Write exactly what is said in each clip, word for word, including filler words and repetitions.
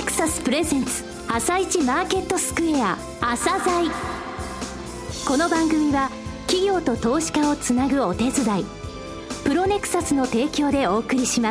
クサスプレゼンツ朝一マーケットスクエア朝鮮。この番組は企業と投資家をつなぐお手伝い、プロネクサスの提供でお送りします。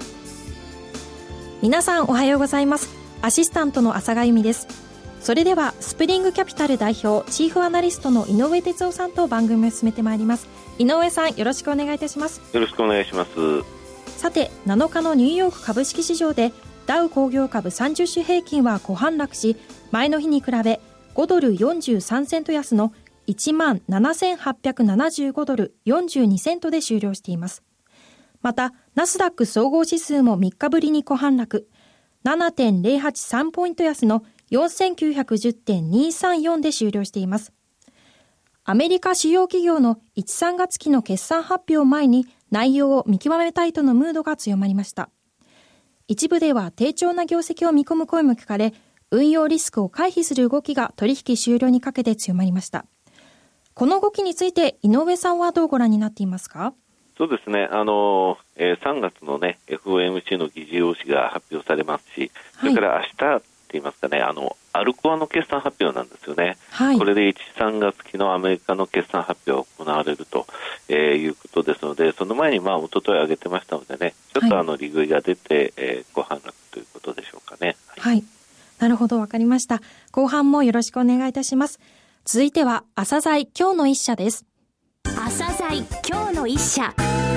皆さんおはようございます。アシスタントの浅賀由美です。それではスプリングキャピタル代表チーフアナリストの井上哲夫さんと番組を進めてまいります。井上さん、よろしくお願いいたします。 よろしくお願いします。 さて、なのかのニューヨーク株式市場でダウ工業株さんじゅっ種平均は小反落し、前の日に比べごドルよんじゅうさんセント安の いちまんななせんはっぴゃくななじゅうごドルよんじゅうにセントで終了しています。またナスダック総合指数もみっかぶりに小反落、 ななてんぜろはちさんポイント安の よんせんきゅうひゃくじゅってんにさんよん で終了しています。アメリカ主要企業のいち、さんがつ期の決算発表を前に内容を見極めたいとのムードが強まりました。一部では低調な業績を見込む声も聞かれ、運用リスクを回避する動きが取引終了にかけて強まりました。この動きについて井上さんはどうご覧になっていますか？ そうですね、あの、えー、さんがつの、ね、エフオーエムシー の議事要旨が発表されますし、それから明日って言いますかね、あのアルコアの決算発表なんですよね、はい、これでいち、さんがつ期のアメリカの決算発表が行われると、えー、いうことですので、その前にまあ一昨日上げてましたのでね、ちょっとあの利食いが出て、はい、えー、ご反落ということでしょうかね。 はい、はい、なるほど、わかりました。後半もよろしくお願いいたします。続いては朝鮮今日の一社です。 朝鮮今日の一社。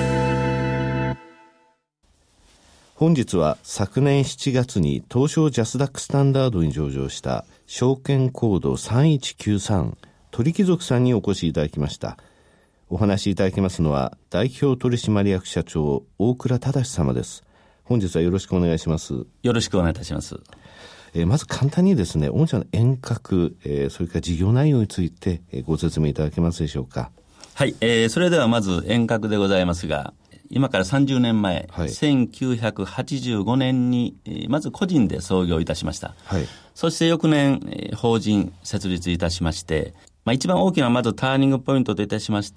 本日は昨年しちがつに東証ジャスダックスタンダードに上場した証券コードさんいちきゅうさん鳥貴族さんにお越しいただきました。お話しいただきますのは代表取締役社長大倉忠様です。本日はよろしくお願いします。 よろしくお願いいたします。 えー、まず簡単にですね、御社の遠隔、えー、それから事業内容について、えー、ご説明いただけますでしょうか。 はい、えー、それではまず遠隔でございますが、今からさんじゅうねんまえ、はい、せんきゅうひゃくはちじゅうごねんに、えー、まず個人で創業いたしました。はい、そして翌年、えー、法人設立いたしまして、まあ、一番大きなまずターニングポイントといたしまして、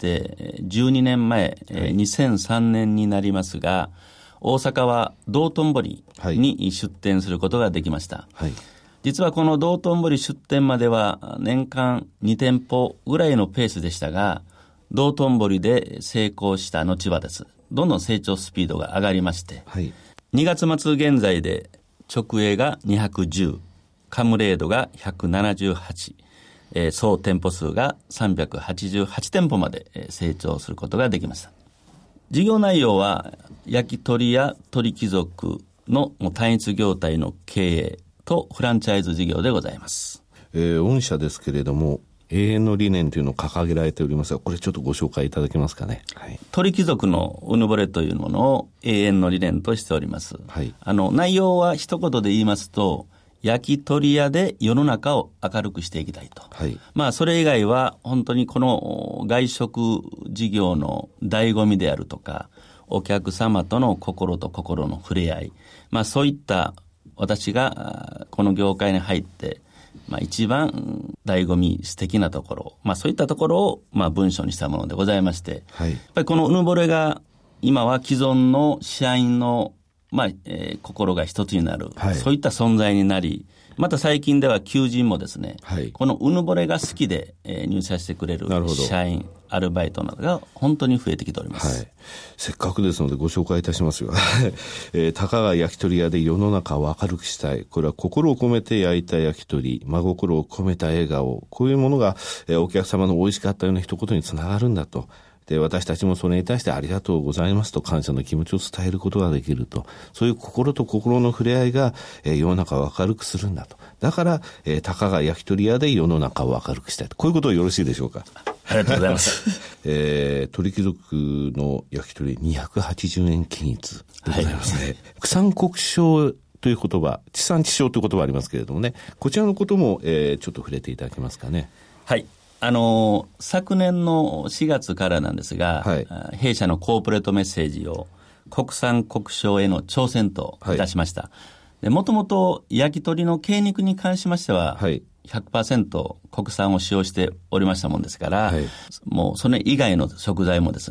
じゅうにねんまえ、えー、にせんさんねんになりますが、大阪は道頓堀に出店することができました。はいはい、実はこの道頓堀出店までは年間にてんぽぐらいのペースでしたが、道頓堀で成功した後はです。どんどん成長スピードが上がりまして、はい、にがつ末現在で直営がにひゃくじゅう、カムレードがひゃくななじゅうはち、えー、総店舗数がさんびゃくはちじゅうはちてんぽまで成長することができました。事業内容は焼き鳥や鳥貴族の単一業態の経営とフランチャイズ事業でございます。 えー、御社ですけれども永遠の理念というのを掲げられておりますが、これちょっとご紹介いただけますかね。はい、 鳥貴族のうぬぼれというものを永遠の理念としております。はい、あの内容は一言で言いますと、焼き鳥屋で世の中を明るくしていきたいと。はい、まあそれ以外は本当にこの外食事業の醍醐味であるとか、お客様との心と心の触れ合い、まあそういった私がこの業界に入ってまあ、一番醍醐味素敵なところ、まあ、そういったところをまあ文章にしたものでございまして、はい、やっぱりこのうぬぼれが今は既存の社員の、まあえー、心が一つになる、はい、そういった存在になり、また最近では求人もですね、はい、このうぬぼれが好きで、えー、入社してくれる社員アルバイトなどが本当に増えてきております。はい、 せっかくですのでご紹介いたしますよ、えー、たかが焼き鳥屋で世の中を明るくしたい。これは心を込めて焼いた焼き鳥、真心を込めた笑顔、こういうものが、えー、お客様の美味しかったような一言につながるんだと。で、私たちもそれに対してありがとうございますと感謝の気持ちを伝えることができると。そういう心と心の触れ合いが、えー、世の中を明るくするんだと。だから、えー、たかが焼き鳥屋で世の中を明るくしたいと。こういうことはよろしいでしょうか。 ありがとうございます。 えー、鳥貴族の焼き鳥にひゃくはちじゅうえん均一でございますね。はい、苦産国消という言葉、地産地消という言葉ありますけれどもね、こちらのことも、えー、ちょっと触れていただけますかね。 はい。あのー、昨年のしがつからなんですが、はい、弊社のコーポレートメッセージを国産国消への挑戦といたしました。はい、で、もともと焼き鳥の鶏肉に関しましては、はい、ひゃくパーセント 国産を使用しておりましたもんですから、はい、もうそれ以外の食材もですね、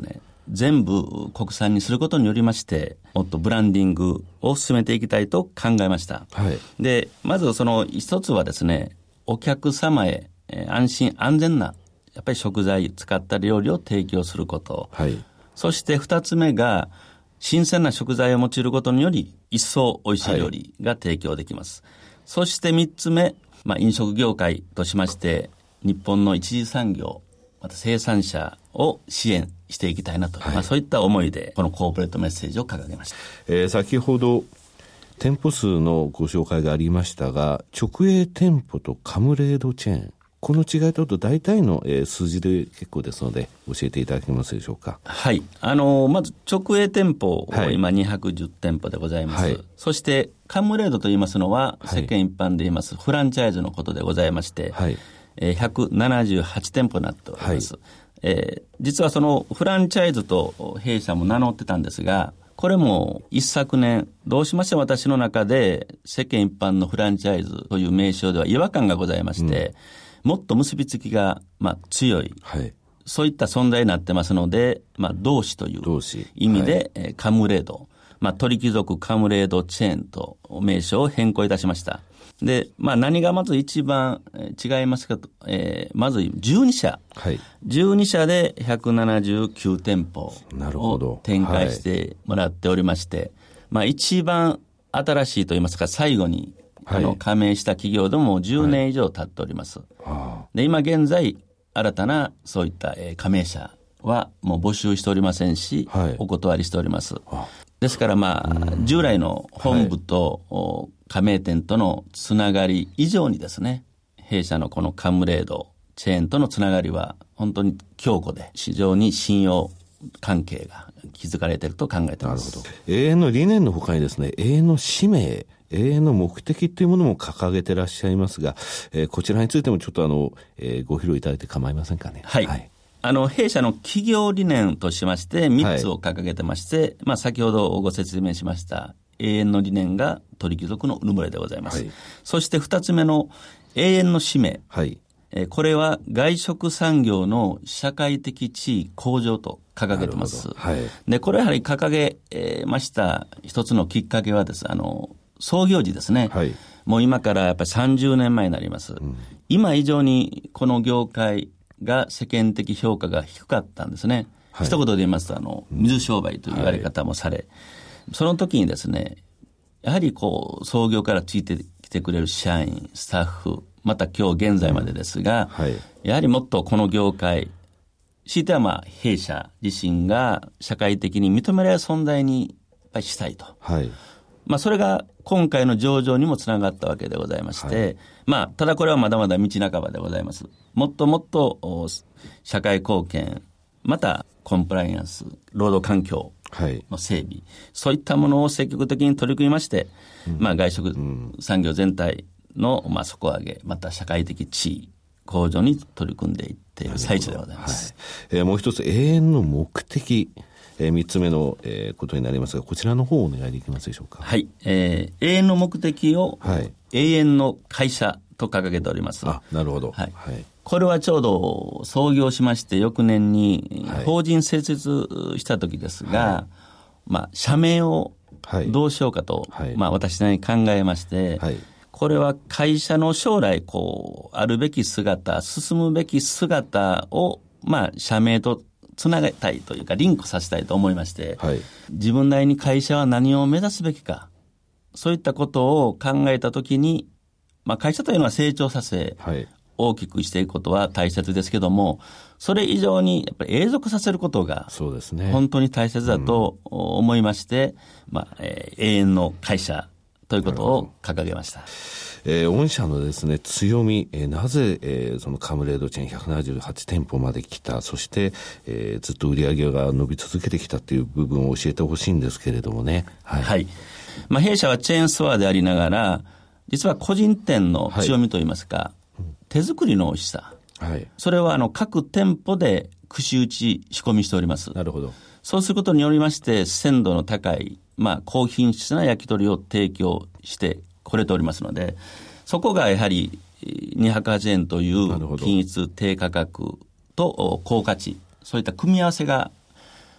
全部国産にすることによりまして、もっとブランディングを進めていきたいと考えました。はい、で、まずその一つはですね、お客様へ、えー、安心安全なやっぱり食材使った料理を提供すること。はい、そして二つ目が、新鮮な食材を用いることにより、一層美味しい料理が提供できます。はい、そして三つ目、まあ、飲食業界としまして、日本の一次産業、また生産者を支援していきたいなと、はい、まあ、そういった思いで、このコーポレートメッセージを掲げました。 えー、先ほど、店舗数のご紹介がありましたが、直営店舗とカムレードチェーン、この違いと大体の、えー、数字で結構ですので教えていただけますでしょうか。 はい。あのー、まず直営店舗、はい、今にひゃくじゅってんぽでございます。はい、そしてカムレードと言いますのは、はい、世間一般で言いますフランチャイズのことでございまして、はい、えー、ひゃくななじゅうはちてんぽになっております。はい、えー、実はそのフランチャイズと弊社も名乗ってたんですが、これも一昨年、どうしまして私の中で世間一般のフランチャイズという名称では違和感がございまして、うんもっと結びつきが、まあ、強い、はい、そういった存在になってますので、まあ、同志という意味で、はい、カムレード、まあ、鳥貴族カムレードチェーンと名称を変更いたしました。で、まあ、何がまず一番違いますかと、えー、まずじゅうにしゃ、はい、じゅうにしゃでひゃくななじゅうきゅうてんぽを展開してもらっておりまして、はい、まあ、一番新しいといいますか、最後にあの加盟した企業でもじゅうねん以上経っております。はい、で今現在新たなそういった、えー、加盟者はもう募集しておりませんし、はい、お断りしております。ですからまあ従来の本部と、はい、加盟店とのつながり以上にですね、弊社のこのカムレードチェーンとのつながりは本当に強固で非常に信用関係が築かれていると考えています。 なるほど。永遠の理念の他にですね、永遠の使命、永遠の目的というものも掲げてらっしゃいますが、えー、こちらについてもちょっとあの、えー、ご披露いただいて構いませんかね。 はい。はい、あの、弊社の企業理念としましてみっつを掲げてまして、はい、まあ先ほどご説明しました永遠の理念が鳥貴族のうぬぼれでございます。はい、そしてふたつめの永遠の使命。はい。えー、これは外食産業の社会的地位向上と掲げてます。はい。で、これやはり掲げました一つのきっかけはです。あの、創業時ですね、はい、もう今からやっぱりさんじゅうねんまえになります、うん、今以上にこの業界が世間的評価が低かったんですね、はい、一言で言いますとあの水商売という言われ方もされ、はい、その時にですねやはりこう創業からついてきてくれる社員スタッフまた今日現在までですが、うんはい、やはりもっとこの業界強いてはまあ弊社自身が社会的に認められる存在にやっぱりしたいと、はいまあ、それが今回の上場にもつながったわけでございまして、はい、まあ、ただこれはまだまだ道半ばでございます。もっともっと社会貢献、またコンプライアンス、労働環境の整備、はい、そういったものを積極的に取り組みまして、うんまあ、外食産業全体のまあ底上げ、また社会的地位向上に取り組んでいっている最中でございます。 はいえー、もう一つ永遠の目的。えー、みっつめの、えー、ことになりますがこちらの方をお願いできますでしょうか。 はい、えー、永遠の目的を、はい、永遠の会社と掲げております。 あ、なるほど、 はいはい、これはちょうど創業しまして翌年に法人設立した時ですが、はいまあ、社名をどうしようかと、はいまあ、私なりに考えまして、はい、これは会社の将来こうあるべき姿進むべき姿を、まあ、社名とつなげたいというかリンクさせたいと思いまして、はい、自分なりに会社は何を目指すべきかそういったことを考えたときに、まあ、会社というのは成長させ、はい、大きくしていくことは大切ですけどもそれ以上にやっぱり永続させることが本当に大切だと思いまして、うんまあえー、永遠の会社ということを掲げました。 えー、御社のですね強み、えー、なぜ、えー、そのカムレードチェーンひゃくななじゅうはちてんぽまで来たそして、えー、ずっと売り上げが伸び続けてきたという部分を教えてほしいんですけれどもね。はい、 はいまあ、弊社はチェーンストアでありながら実は個人店の強みといいますか、はい、手作りの美味しさ、はい、それはあの各店舗で串打ち仕込みしております。 なるほど。 そうすることによりまして鮮度の高い、まあ、高品質な焼き鳥を提供してこれておりますのでそこがやはりにひゃくはちえんという均一低価格と高価値そういった組み合わせが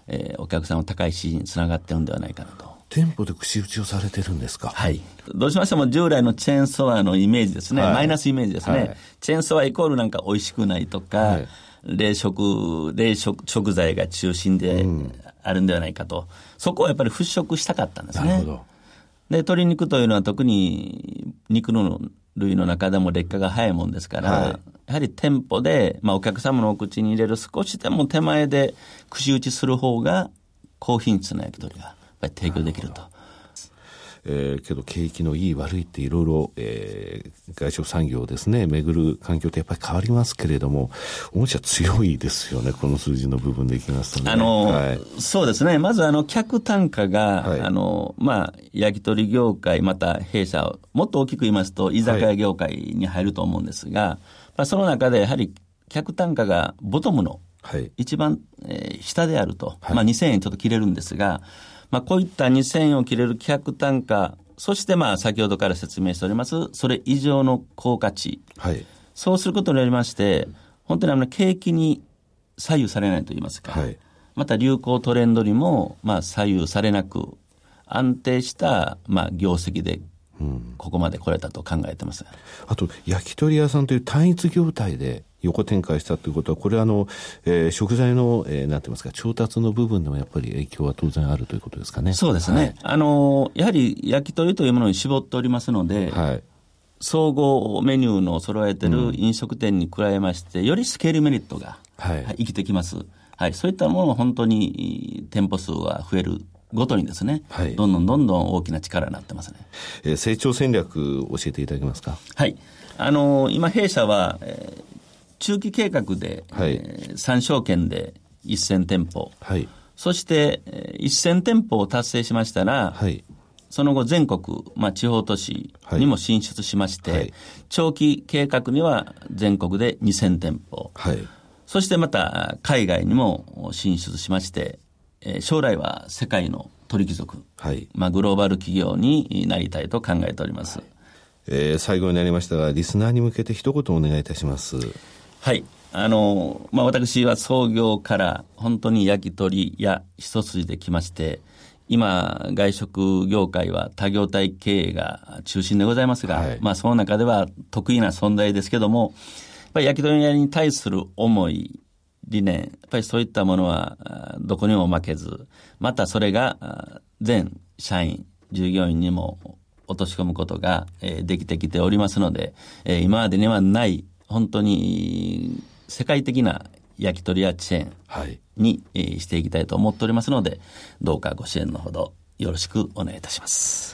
えー、お客さんの高い支持につながってるんではないかなと。 店舗で串打ちをされてるんですか？ はい。どうしましても従来のチェーンソアのイメージですね、はい、マイナスイメージですね、はい、チェーンソアイコールなんか美味しくないとか、はい、冷食冷食食材が中心であるんではないかと、うん、そこをやっぱり払拭したかったんですね。 なるほど。 で鶏肉というのは特に肉の類の中でも劣化が早いもんですから、はい、やはり店舗で、まあ、お客様のお口に入れる少しでも手前で串打ちする方が高品質な焼き鳥がやっぱり提供できると。 えー、けど景気のいい悪いっていろいろ、えー、外食産業をですね巡る環境ってやっぱり変わりますけれども、御社強いですよね、この数字の部分でいきますとね。 あの、はい、そうですね。まずあの客単価が、はい、あのまあ焼き鳥業界また弊社をもっと大きく言いますと居酒屋業界に入ると思うんですが、はい、まあ、その中でやはり客単価がボトムの一番、えー、下であると、はい、まあ、にせんえんちょっと切れるんですが、まあ、こういったにせんえんを切れる客単価、そしてまあ先ほどから説明しておりますそれ以上の高価値、はい、そうすることによりまして本当にあの景気に左右されないといいますか、はい、また流行トレンドにもまあ左右されなく安定したまあ業績でここまで来れたと考えてます。 あと焼き鳥屋さんという単一業態で横展開したということは、これはあの、えー、食材の、えー、なんて言いますか、調達の部分でもやっぱり影響は当然あるということですかね。 そうですね、はい、あのやはり焼き鳥というものに絞っておりますので、はい、総合メニューの揃えてる飲食店に加えまして、うん、よりスケールメリットが、はいはい、生きてきます、はい、そういったものを本当に店舗数は増えるごとにですね、はい、どんどんどんどん大きな力になってますね。 えー、成長戦略教えていただけますか？ はい、あの今弊社は、えー中期計画で、はい、えー、さん証券でせん店舗、はい、そして、えー、せん店舗を達成しましたら、はい、その後全国、まあ、地方都市にも進出しまして、はい、長期計画には全国でにせん店舗、はい、そしてまた海外にも進出しまして、えー、将来は世界の鳥貴族、はい、まあ、グローバル企業になりたいと考えております。はい、 えー、最後になりましたがリスナーに向けて一言お願いいたします。 はい、あのまあ、私は創業から本当に焼き鳥屋一筋で来まして、今外食業界は多業態経営が中心でございますが、はい、まあ、その中では得意な存在ですけども、やっぱり焼き鳥屋に対する思い理念、やっぱりそういったものはどこにも負けず、またそれが全社員従業員にも落とし込むことができてきておりますので、今までにはない本当に世界的な焼き鳥屋チェーンにしていきたいと思っておりますので、どうかご支援のほどよろしくお願いいたします。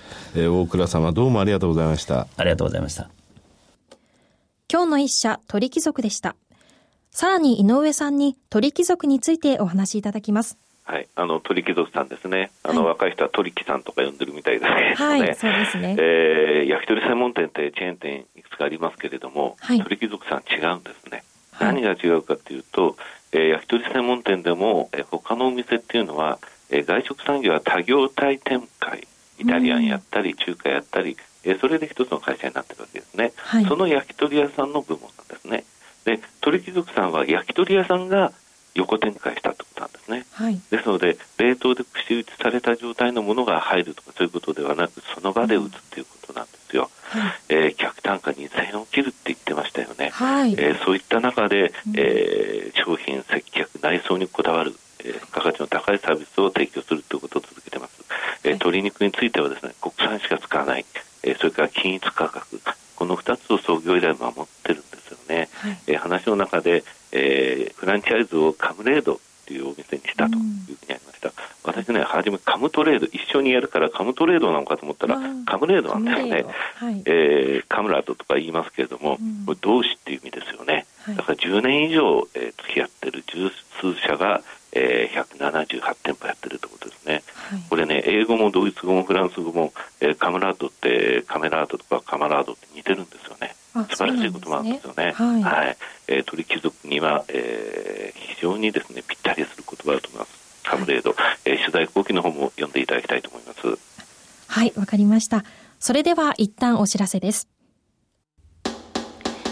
えー、大倉様どうもありがとうございました。 ありがとうございました。 今日の一社鳥貴族でした。さらに井上さんに鳥貴族についてお話しいただきます。 はい、あの鳥貴族さんですね。あの、はい、若い人は鳥貴さんとか呼んでるみたいですね。 はい、そうですね。 えー、焼き鳥専門店ってチェーン店いくつかありますけれども、はい、鳥貴族さん違うんですね。はい、何が違うかというと、えー、焼き鳥専門店でも、えー、他のお店っていうのは、えー、外食産業は多業態展開、イタリアンやったり中華やったり、えー、それで一つの会社になってるわけですね。はい、その焼き鳥屋さんの部門なんですね。で、鳥貴族さんは焼き鳥屋さんが横展開したってことなんですね。はい、ですので冷凍で串打ちされた状態のものが入るとかそういうことではなく、その場で打つっていうことなんですよ。はい、えー、客単価にせんえんを切るって言ってましたよね。はい、えー、そういった中で、えー、商品接客内装にこだわる、えー、付加価値の高いサービスを提供するということを続けています。えー、鶏肉についてはですね、国産しか使わない、えー、それから均一価格、このふたつを創業以来守ってるんですよね。はい、えー、話の中で、えー、フランチャイズをカムレードというお店にしたというふうにありました。うん、私ね、初めカムトレード一緒にやるからカムトレードなのかと思ったらカムレードなんですよね。はい、えー、カムラードとか言いますけれども、うん、これ同志っていう意味ですよね。はい、だからじゅうねん以上、えー、付き合ってる十数社が、えー、ひゃくななじゅうはち店舗やってるということですね。はい、これね、英語もドイツ語もフランス語も、えー、カムラードってカメラードとかカマラードって似てるんですよね。素晴らしい言葉なんですよね。はい、はい、えー、鳥貴族には、えー、非常にですねぴったりする言葉だと思います。カムレード、はい、えー、取材後期の方も読んでいただきたいと思います。 はい、わかりました。それでは一旦お知らせです。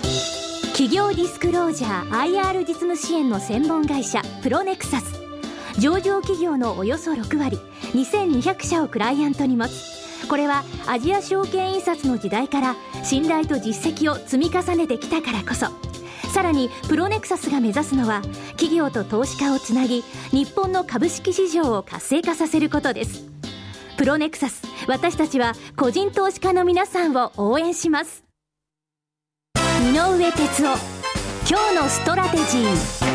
企業ディスクロージャー アイアール 実務支援の専門会社プロネクサス。 上場企業のおよそろくわり、にせんにひゃくしゃをクライアントに持つ。これはアジア証券印刷の時代から信頼と実績を積み重ねてきたからこそ。さらにプロネクサスが目指すのは、企業と投資家をつなぎ、日本の株式市場を活性化させることです。プロネクサス、私たちは個人投資家の皆さんを応援します。井上哲夫、今日のストラテジー。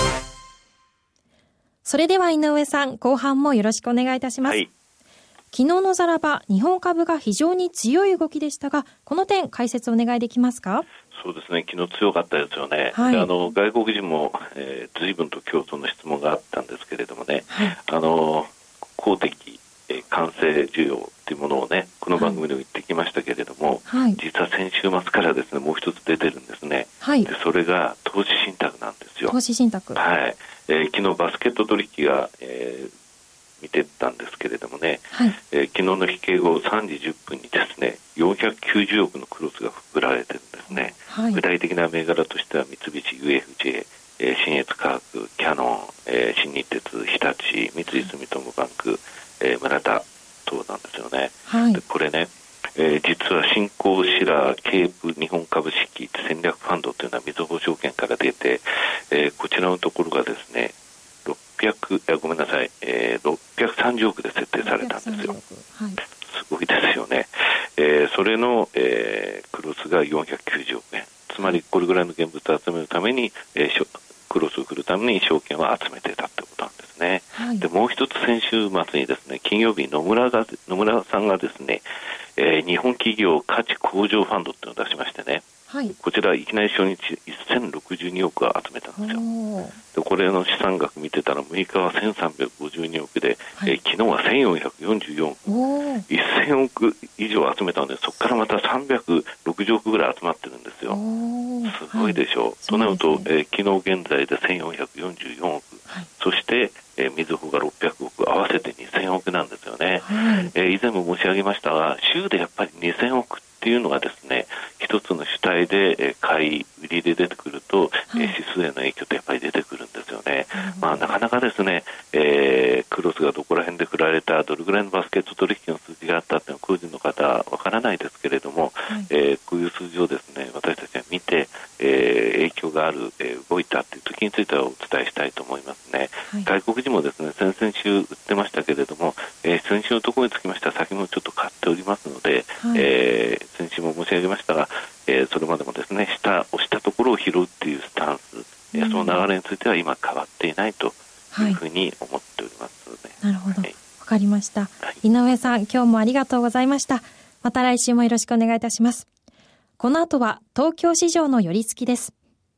それでは井上さん、後半もよろしくお願いいたします。はい、昨日のザラバ、日本株が非常に強い動きでしたが、この点解説お願いできますか？ そうですね、昨日強かったですよね。はい、あの外国人も、えー、随分と共通の質問があったんですけれどもね、はい、あの公的、えー、完成需要というものをね、この番組でも言ってきましたけれども、はい、実は先週末からですね、もう一つ出てるんですね。はい、でそれが投資信託なんですよ。 投資信託。 はい。えー、昨日バスケット取引が、えー、見てたんですけれどもね、はい、えー、昨日の引け後さんじじゅっぷんにですね、よんひゃくきゅうじゅうおくのクロスが振られてるんですね。はい、具体的な銘柄としては三菱 ユーエフジェー、えー、信越化学、キヤノン、えー、新日鉄、日立、三井住友バンク、えー、村田等なんですよね。はい、でこれね、えー、実は新興シラーケープ日本株式戦略ファンドというのはみずほ証券から出て、えー、こちらのところがですね、ろっぴゃく、えー、ごめんなさい、えー、ろっぴゃくさんじゅうおくで設定されたんですよ。はい、すごいですよね。えー、それの、えー、クロスがよんひゃくきゅうじゅうおくえん、つまりこれぐらいの現物を集めるために、えー、クロスを振るために証券を集めてたってことなんですね。はい、でもう一つ先週末にですね、金曜日野村が野村さんがですね、えー、日本企業価値向上ファンドっていうのを出しましてね、はい、こちらいきなり初日せんろくじゅうにおくを集めたんですよ。でこれの資産額見てたらむいかはせんさんびゃくごじゅうにおくで、はい、えー、昨日はせんよんひゃくよんじゅうよんおく、せんおく以上集めたので、そこからまたさんびゃくろくじゅうおくぐらい集まってるんですよ。すごいでしょう。はい、となると、ね、えー、昨日現在でせんよんひゃくよんじゅうよんおく、はい、そしてえー、みずほがろっぴゃくおく、合わせてにせんおくなんですよね。はい、えー、以前も申し上げましたが、週でやっぱりにせんおくっていうのがですね、一つの主体で、えー、買い売りで出てくると、はい、えー、指数への影響ってやっぱり出てくるんですよね。まあ、なかなかですね、えー、クロスがどこら辺で振られた、どれぐらいのバスケット取引の数字があったっていうのは個人の方わからないですけれども、はい、えー、こういう数字をですね、私たちは見て、えー、影響がある、えー、動いたっていう時についてはお伝えしたいと思いますね。はい、外国人もですね、先々週売ってましたけれども、えー、先週のところにつきましては先もちょっと買っておりますので、はい、えー、先週も申し上げましたが、えー、それまでもですね、下押したところを拾うっていうスタンス、うん、その流れについては今変わっていないというふうに思っておりますね。 はい、なるほど、わ、はい、かりました。はい、井上さん、今日もありがとうございました。また来週もよろしくお願いいたします。この後は東京市場の寄り付きです。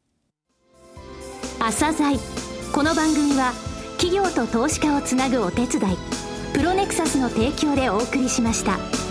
朝鮮、この番組は企業と投資家をつなぐお手伝い、プロネクサスの提供でお送りしました。